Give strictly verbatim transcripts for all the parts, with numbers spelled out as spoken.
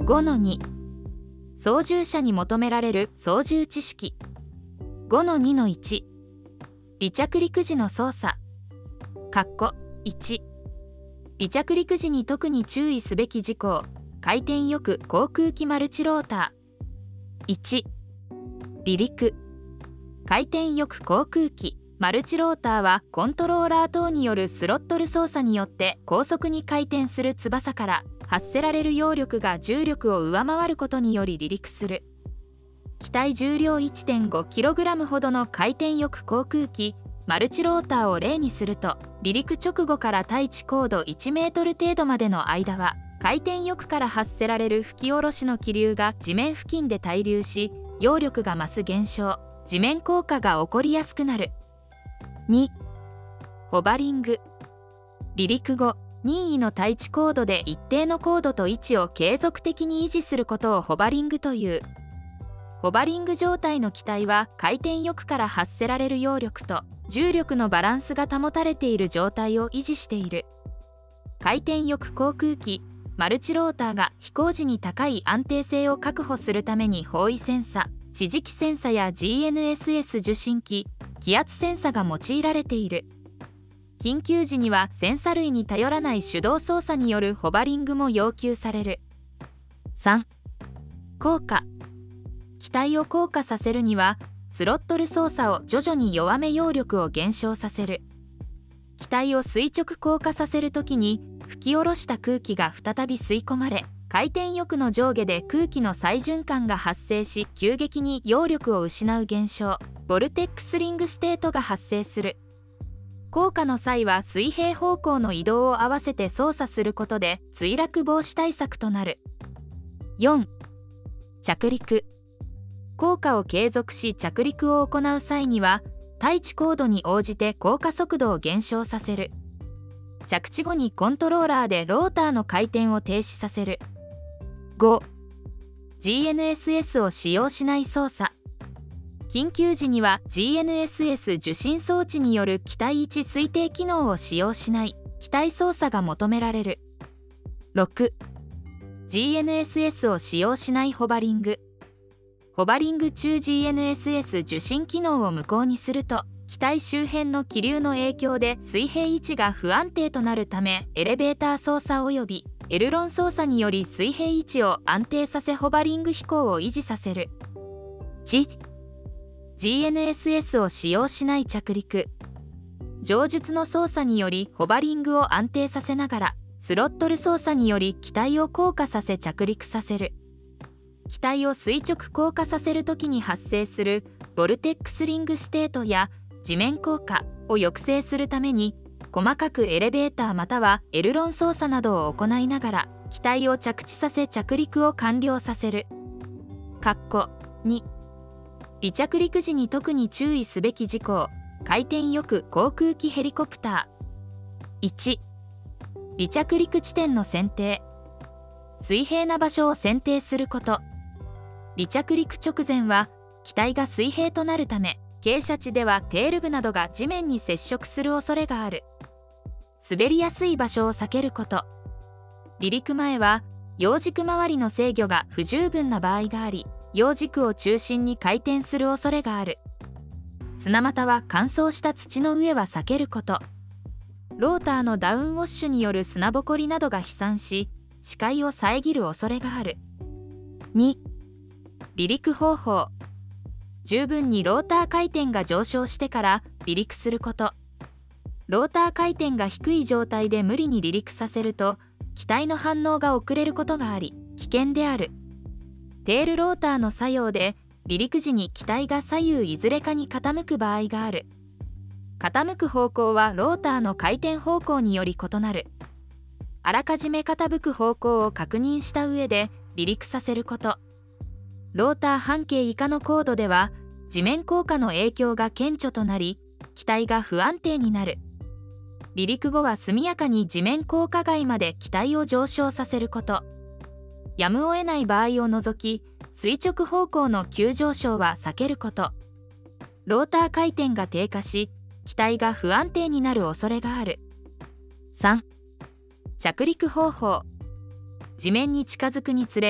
ごのに 操縦者に求められる操縦知識。ごのにのいち 離着陸時の操作。いち離着陸時に特に注意すべき事項。回転翼航空機マルチローター。いち離陸。回転翼航空機マルチローターはコントローラー等によるスロットル操作によって高速に回転する翼から発せられる揚力が重力を上回ることにより離陸する。機体重量 いってんごキログラム ほどの回転翼航空機マルチローターを例にすると、離陸直後から対地高度いちメートル程度までの間は回転翼から発せられる吹き下ろしの気流が地面付近で滞留し、揚力が増す現象、地面降下が起こりやすくなる。にホバリング。離陸後、任意の対地高度で一定の高度と位置を継続的に維持することをホバリングという。ホバリング状態の機体は回転翼から発せられる揚力と重力のバランスが保たれている状態を維持している。回転翼航空機マルチローターが飛行時に高い安定性を確保するために方位センサ、地磁気センサや ジーエヌエスエス 受信機、気圧センサが用いられている。緊急時にはセンサ類に頼らない手動操作によるホバリングも要求される。さん降下。機体を降下させるにはスロットル操作を徐々に弱め揚力を減少させる。機体を垂直降下させるときに吹き下ろした空気が再び吸い込まれ、回転翼の上下で空気の再循環が発生し、急激に揚力を失う現象、ボルテックスリングステートが発生する。降下の際は水平方向の移動を合わせて操作することで墜落防止対策となる。よん着陸。降下を継続し着陸を行う際には、対地高度に応じて降下速度を減少させる。着地後にコントローラーでローターの回転を停止させる。ごジーエヌエスエス を使用しない操作。緊急時には ジーエヌエスエス 受信装置による機体位置推定機能を使用しない機体操作が求められる。ろくジーエヌエスエス を使用しないホバリング。ホバリング中 ジーエヌエスエス 受信機能を無効にすると、機体周辺の気流の影響で水平位置が不安定となるため、エレベーター操作及びエルロン操作により水平位置を安定させホバリング飛行を維持させる。ジーエヌエスエス を使用しない着陸。上述の操作によりホバリングを安定させながら、スロットル操作により機体を降下させ着陸させる。機体を垂直降下させるときに発生するボルテックスリングステートや地面降下を抑制するために、細かくエレベーターまたはエルロン操作などを行いながら機体を着地させ着陸を完了させる。に離着陸時に特に注意すべき事項。回転翼航空機ヘリコプター。いち離着陸地点の選定。水平な場所を選定すること。離着陸直前は機体が水平となるため、傾斜地ではテール部などが地面に接触する恐れがある。滑りやすい場所を避けること。離陸前は葉軸周りの制御が不十分な場合があり、葉軸を中心に回転する恐れがある。砂または乾燥した土の上は避けること。ローターのダウンウォッシュによる砂ぼこりなどが飛散し、視界を遮る恐れがある。に離陸方法。十分にローター回転が上昇してから離陸すること。ローター回転が低い状態で無理に離陸させると、機体の反応が遅れることがあり、危険である。テールローターの作用で、離陸時に機体が左右いずれかに傾く場合がある。傾く方向はローターの回転方向により異なる。あらかじめ傾く方向を確認した上で離陸させること。ローター半径以下の高度では地面降下の影響が顕著となり、機体が不安定になる。離陸後は速やかに地面降下外まで機体を上昇させること。やむを得ない場合を除き、垂直方向の急上昇は避けること。ローター回転が低下し、機体が不安定になる恐れがある。さん着陸方法。地面に近づくにつれ、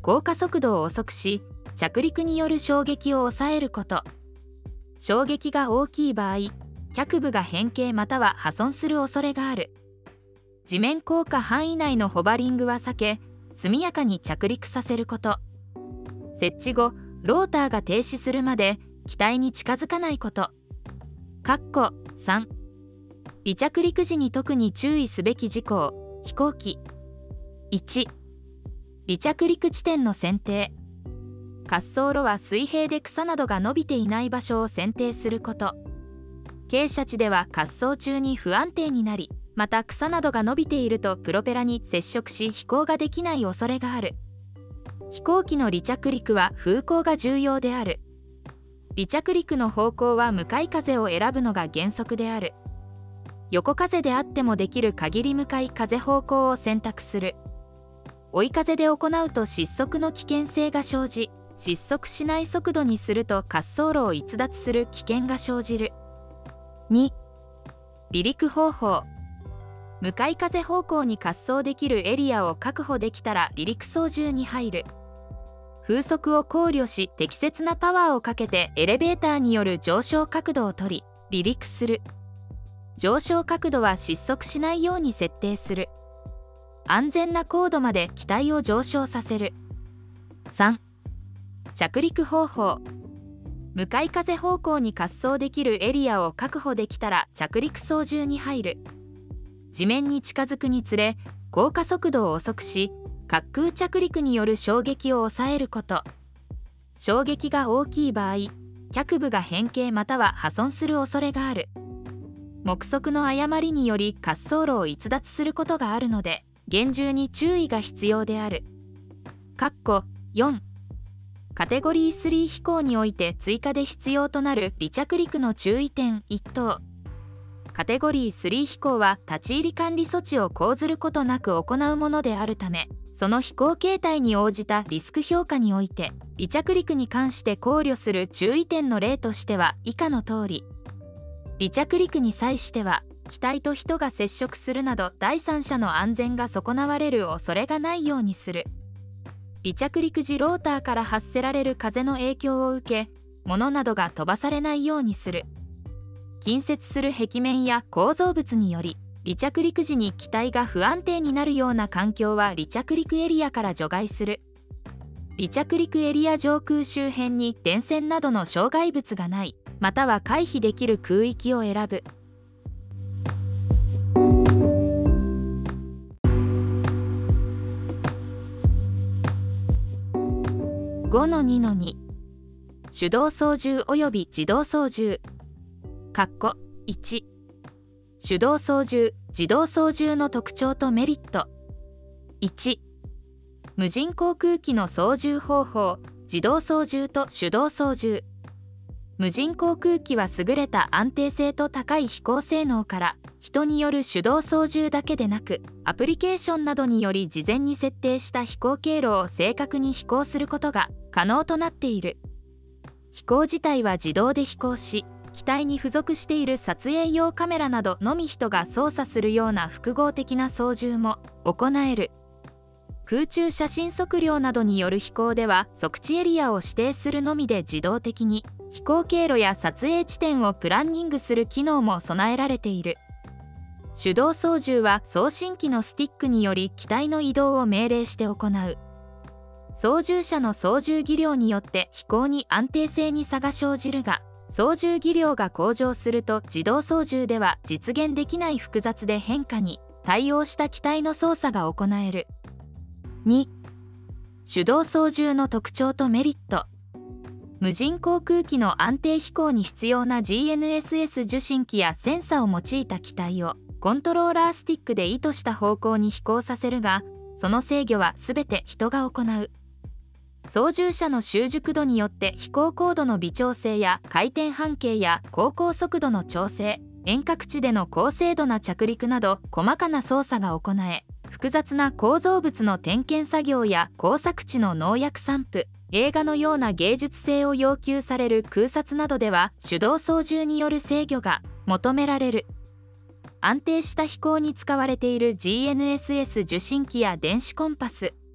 降下速度を遅くし、着陸による衝撃を抑えること。衝撃が大きい場合、脚部が変形または破損する恐れがある。地面降下範囲内のホバリングは避け、速やかに着陸させること。設置後、ローターが停止するまで機体に近づかないこと。さん. 離着陸時に特に注意すべき事項。飛行機。いち. 離着陸地点の選定。滑走路は水平で草などが伸びていない場所を選定すること。傾斜地では滑走中に不安定になり、また草などが伸びているとプロペラに接触し飛行ができない恐れがある。飛行機の離着陸は風向が重要である。離着陸の方向は向かい風を選ぶのが原則である。横風であってもできる限り向かい風方向を選択する。追い風で行うと失速の危険性が生じ、失速しない速度にすると滑走路を逸脱する危険が生じる。に. 離陸方法。向かい風方向に滑走できるエリアを確保できたら離陸操縦に入る。風速を考慮し適切なパワーをかけてエレベーターによる上昇角度を取り、離陸する。上昇角度は失速しないように設定する。安全な高度まで機体を上昇させる。さん. 着陸方法。向かい風方向に滑走できるエリアを確保できたら着陸操縦に入る。地面に近づくにつれ、降下速度を遅くし、滑空着陸による衝撃を抑えること。衝撃が大きい場合、脚部が変形または破損する恐れがある。目測の誤りにより滑走路を逸脱することがあるので、厳重に注意が必要である。よん. カテゴリースリー飛行において追加で必要となる離着陸の注意点いち等。カテゴリースリー飛行は立ち入り管理措置を講ずることなく行うものであるため、その飛行形態に応じたリスク評価において、離着陸に関して考慮する注意点の例としては以下の通り。離着陸に際しては、機体と人が接触するなど第三者の安全が損なわれる恐れがないようにする。離着陸時ローターから発せられる風の影響を受け、物などが飛ばされないようにする。近接する壁面や構造物により、離着陸時に機体が不安定になるような環境は離着陸エリアから除外する。離着陸エリア上空周辺に電線などの障害物がない、または回避できる空域を選ぶ。ごのにのに 手動操縦および自動操縦。いち. 手動操縦、自動操縦の特徴とメリット。いち. 無人航空機の操縦方法、自動操縦と手動操縦。無人航空機は優れた安定性と高い飛行性能から、人による手動操縦だけでなく、アプリケーションなどにより事前に設定した飛行経路を正確に飛行することが可能となっている。飛行自体は自動で飛行し、機体に付属している撮影用カメラなどのみ人が操作するような複合的な操縦も行える。空中写真測量などによる飛行では測地エリアを指定するのみで自動的に飛行経路や撮影地点をプランニングする機能も備えられている。手動操縦は送信機のスティックにより機体の移動を命令して行う。操縦者の操縦技量によって飛行に安定性に差が生じるが、操縦技量が向上すると自動操縦では実現できない複雑で変化に対応した機体の操作が行える。に. 手動操縦の特徴とメリット。無人航空機の安定飛行に必要な ジーエヌエスエス 受信機やセンサを用いた機体をコントローラースティックで意図した方向に飛行させるが、その制御はすべて人が行う。操縦者の習熟度によって飛行高度の微調整や回転半径や航行速度の調整、遠隔地での高精度な着陸など細かな操作が行え、複雑な構造物の点検作業や工作地の農薬散布、映画のような芸術性を要求される空撮などでは手動操縦による制御が求められる。安定した飛行に使われている ジーエヌエスエス 受信機や電子コンパス、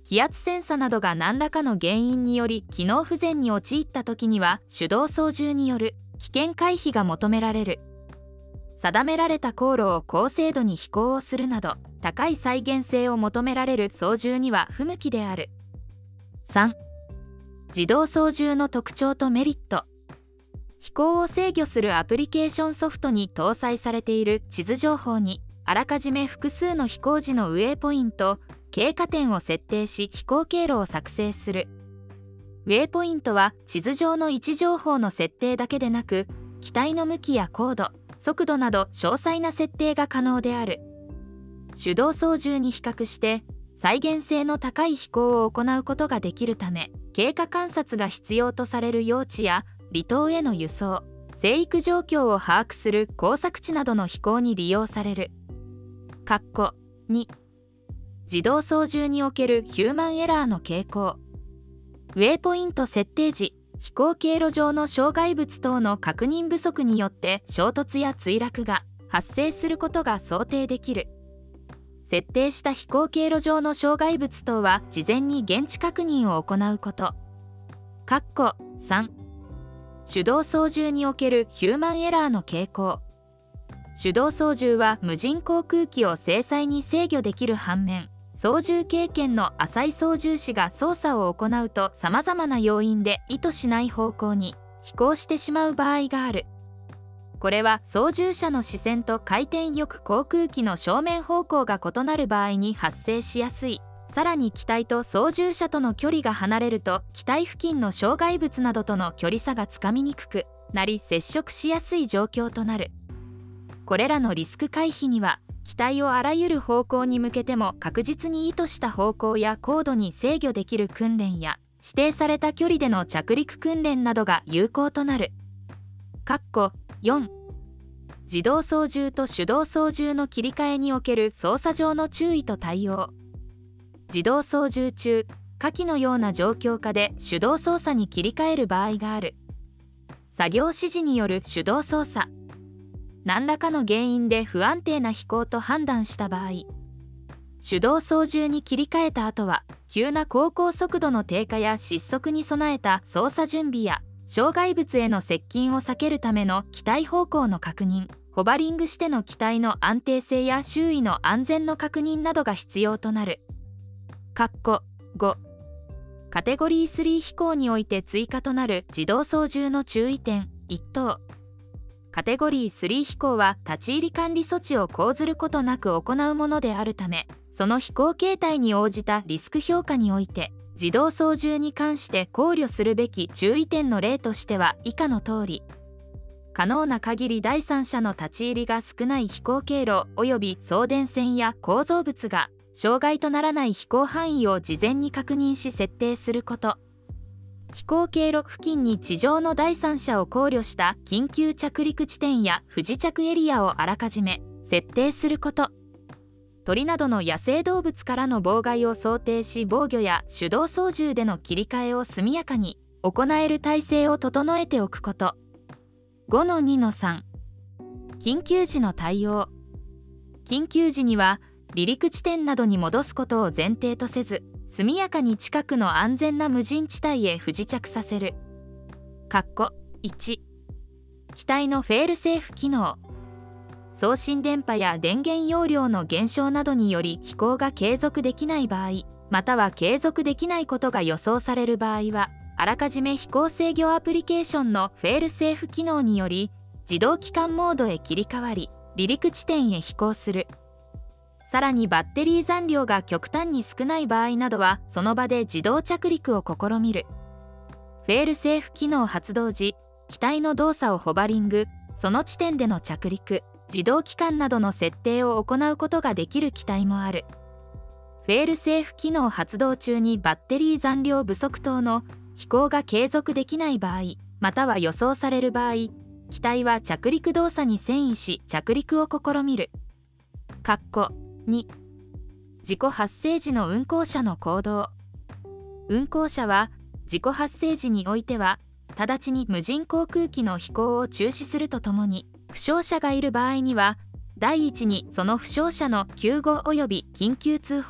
気圧センサなどが何らかの原因により機能不全に陥った時には手動操縦による危険回避が求められる。定められた航路を高精度に飛行をするなど高い再現性を求められる操縦には不向きである。さん、自動操縦の特徴とメリット。飛行を制御するアプリケーションソフトに搭載されている地図情報にあらかじめ複数の飛行時のウェイポイント、経過点を設定し飛行経路を作成する。ウェイポイントは地図上の位置情報の設定だけでなく、機体の向きや高度、速度など詳細な設定が可能である。手動操縦に比較して再現性の高い飛行を行うことができるため、経過観察が必要とされる用地や離島への輸送、生育状況を把握する工作地などの飛行に利用される。に、自動操縦におけるヒューマンエラーの傾向。ウェイポイント設定時、飛行経路上の障害物等の確認不足によって衝突や墜落が発生することが想定できる。設定した飛行経路上の障害物等は事前に現地確認を行うこと。さん、手動操縦におけるヒューマンエラーの傾向。手動操縦は無人航空機を精細に制御できる反面、操縦経験の浅い操縦士が操作を行うとさまざまな要因で意図しない方向に飛行してしまう場合がある。これは操縦者の視線と回転翼航空機の正面方向が異なる場合に発生しやすい。さらに機体と操縦者との距離が離れると機体付近の障害物などとの距離差がつかみにくくなり接触しやすい状況となる。これらのリスク回避には機体をあらゆる方向に向けても確実に意図した方向や高度に制御できる訓練や指定された距離での着陸訓練などが有効となる。よん、自動操縦と手動操縦の切り替えにおける操作上の注意と対応。自動操縦中、下記のような状況下で手動操作に切り替える場合がある。作業指示による手動操作。何らかの原因で不安定な飛行と判断した場合、手動操縦に切り替えた後は、急な航行速度の低下や失速に備えた操作準備や、障害物への接近を避けるための機体方向の確認、ホバリングしての機体の安定性や周囲の安全の確認などが必要となる。ご、カテゴリースリー飛行において追加となる自動操縦の注意点いち等。カテゴリースリー飛行は立ち入り管理措置を講ずることなく行うものであるため、その飛行形態に応じたリスク評価において、自動操縦に関して考慮するべき注意点の例としては以下の通り、可能な限り第三者の立ち入りが少ない飛行経路及び送電線や構造物が障害とならない飛行範囲を事前に確認し設定すること。飛行経路付近に地上の第三者を考慮した緊急着陸地点や不時着エリアをあらかじめ設定すること。鳥などの野生動物からの妨害を想定し防御や手動操縦での切り替えを速やかに行える体制を整えておくこと。ごのにのさん、緊急時の対応。緊急時には離陸地点などに戻すことを前提とせず、速やかに近くの安全な無人地帯へ不時着させる。いち、機体のフェールセーフ機能。送信電波や電源容量の減少などにより飛行が継続できない場合、または継続できないことが予想される場合は、あらかじめ飛行制御アプリケーションのフェールセーフ機能により、自動帰還モードへ切り替わり、離陸地点へ飛行する。さらにバッテリー残量が極端に少ない場合などは、その場で自動着陸を試みる。フェールセーフ機能発動時、機体の動作をホバリング、その地点での着陸、自動帰還などの設定を行うことができる機体もある。フェールセーフ機能発動中にバッテリー残量不足等の飛行が継続できない場合、または予想される場合、機体は着陸動作に遷移し着陸を試みる。に、事故発生時の運航者の行動。運航者は事故発生時においては、直ちに無人航空機の飛行を中止するとともに、負傷者がいる場合には、第一にその負傷者の救護及び緊急通報、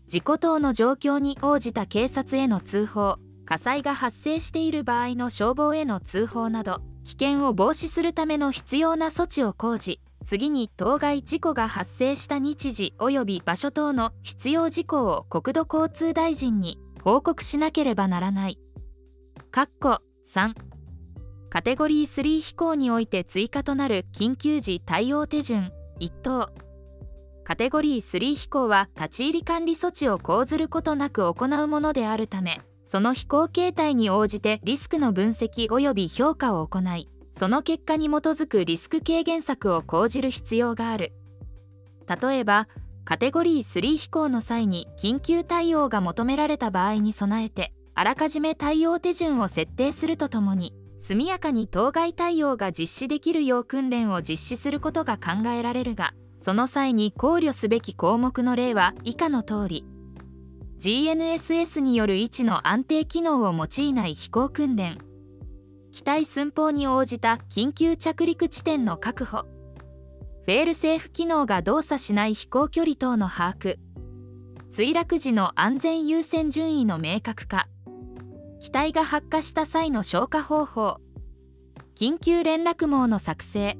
事故等の状況に応じた警察への通報、火災が発生している場合の消防への通報など、危険を防止するための必要な措置を講じ、次に当該事故が発生した日時及び場所等の必要事項を国土交通大臣に報告しなければならない。括弧さん、カテゴリースリー飛行において追加となる緊急時対応手順いち等。カテゴリースリー飛行は立ち入り管理措置を講ずることなく行うものであるため、その飛行形態に応じてリスクの分析及び評価を行い、その結果に基づくリスク軽減策を講じる必要がある。例えば、カテゴリースリー飛行の際に緊急対応が求められた場合に備えて、あらかじめ対応手順を設定するとともに、速やかに当該対応が実施できるよう訓練を実施することが考えられるが、その際に考慮すべき項目の例は以下の通り。ジーエヌエスエス による位置の安定機能を用いない飛行訓練。機体寸法に応じた緊急着陸地点の確保。フェールセーフ機能が動作しない飛行距離等の把握。墜落時の安全優先順位の明確化。機体が発火した際の消火方法。緊急連絡網の作成。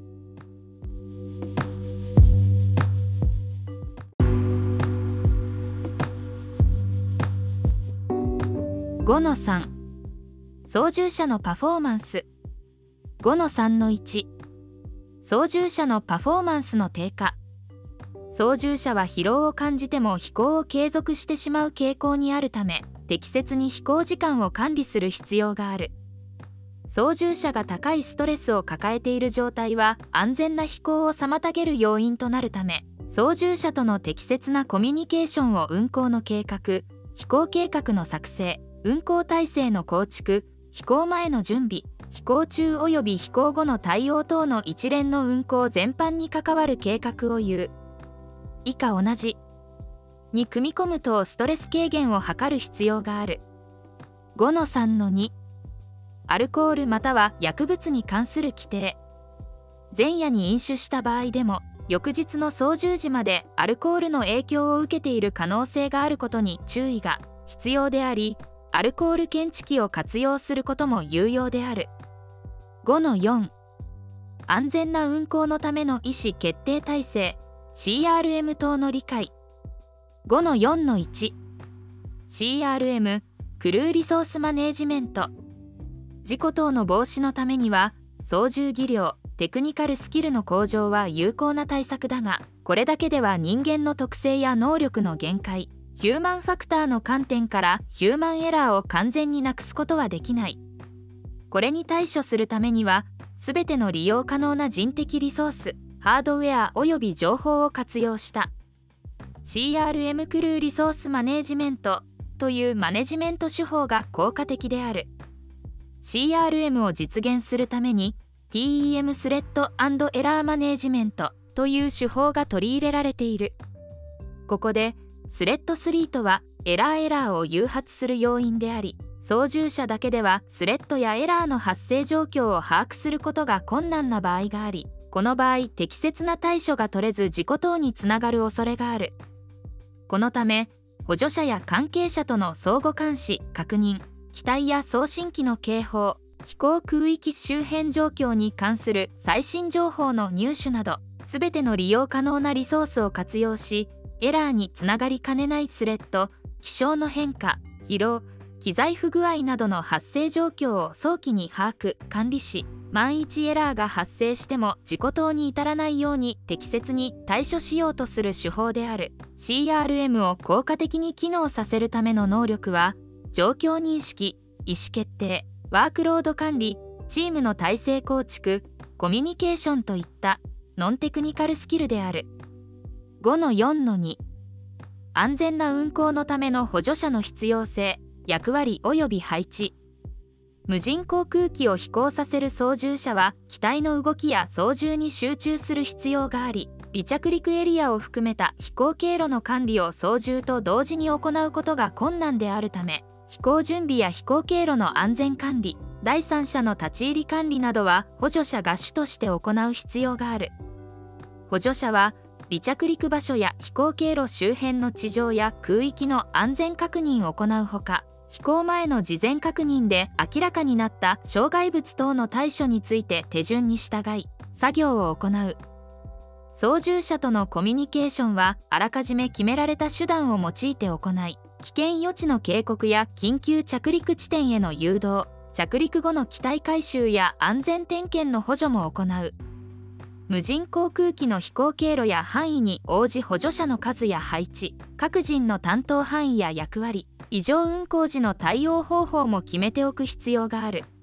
ごのさん、操縦者のパフォーマンス。ごのさんのいち、操縦者のパフォーマンスの低下。操縦者は疲労を感じても飛行を継続してしまう傾向にあるため、適切に飛行時間を管理する必要がある。操縦者が高いストレスを抱えている状態は安全な飛行を妨げる要因となるため、操縦者との適切なコミュニケーションを運航の計画、飛行計画の作成、運航体制の構築、飛行前の準備、飛行中及び飛行後の対応等の一連の運航全般に関わる計画を言う。以下同じに組み込むとストレス軽減を図る必要がある。ごのさんのに、アルコールまたは薬物に関する規定。前夜に飲酒した場合でも、翌日の操縦時までアルコールの影響を受けている可能性があることに注意が必要であり、アルコール検知器を活用することも有用である。ごのよん、安全な運航のための意思決定体制 シーアールエム 等の理解。ごのよんのいち、シーアールエム クルーリソースマネージメント。事故等の防止のためには操縦技量、テクニカルスキルの向上は有効な対策だが、これだけでは人間の特性や能力の限界、ヒューマンファクターの観点からヒューマンエラーを完全になくすことはできない。これに対処するためには、すべての利用可能な人的リソース、ハードウェアおよび情報を活用した シーアールエム クルーリソースマネージメントというマネジメント手法が効果的である。シーアールエム を実現するために ティーイーエム スレッド&エラーマネージメントという手法が取り入れられている。ここでスレッドスリーとはエラーエラーを誘発する要因であり、操縦者だけではスレッドやエラーの発生状況を把握することが困難な場合があり、この場合適切な対処が取れず事故等につながる恐れがある。このため、補助者や関係者との相互監視・確認、機体や送信機の警報、飛行空域周辺状況に関する最新情報の入手など、すべての利用可能なリソースを活用し、エラーにつながりかねないスレッド、気象の変化、疲労、機材不具合などの発生状況を早期に把握・管理し、万一エラーが発生しても事故等に至らないように適切に対処しようとする手法である。シーアールエム を効果的に機能させるための能力は、状況認識、意思決定、ワークロード管理、チームの体制構築、コミュニケーションといったノンテクニカルスキルである。ごのよんのに、安全な運航のための補助者の必要性、役割及び配置。無人航空機を飛行させる操縦者は機体の動きや操縦に集中する必要があり、離着陸エリアを含めた飛行経路の管理を操縦と同時に行うことが困難であるため、飛行準備や飛行経路の安全管理、第三者の立ち入り管理などは補助者が主として行う必要がある。補助者は離着陸場所や飛行経路周辺の地上や空域の安全確認を行うほか、飛行前の事前確認で明らかになった障害物等の対処について手順に従い作業を行う。操縦者とのコミュニケーションはあらかじめ決められた手段を用いて行い、危険予知の警告や緊急着陸地点への誘導、着陸後の機体回収や安全点検の補助も行う。無人航空機の飛行経路や範囲に応じ補助者の数や配置、各人の担当範囲や役割、異常運航時の対応方法も決めておく必要がある。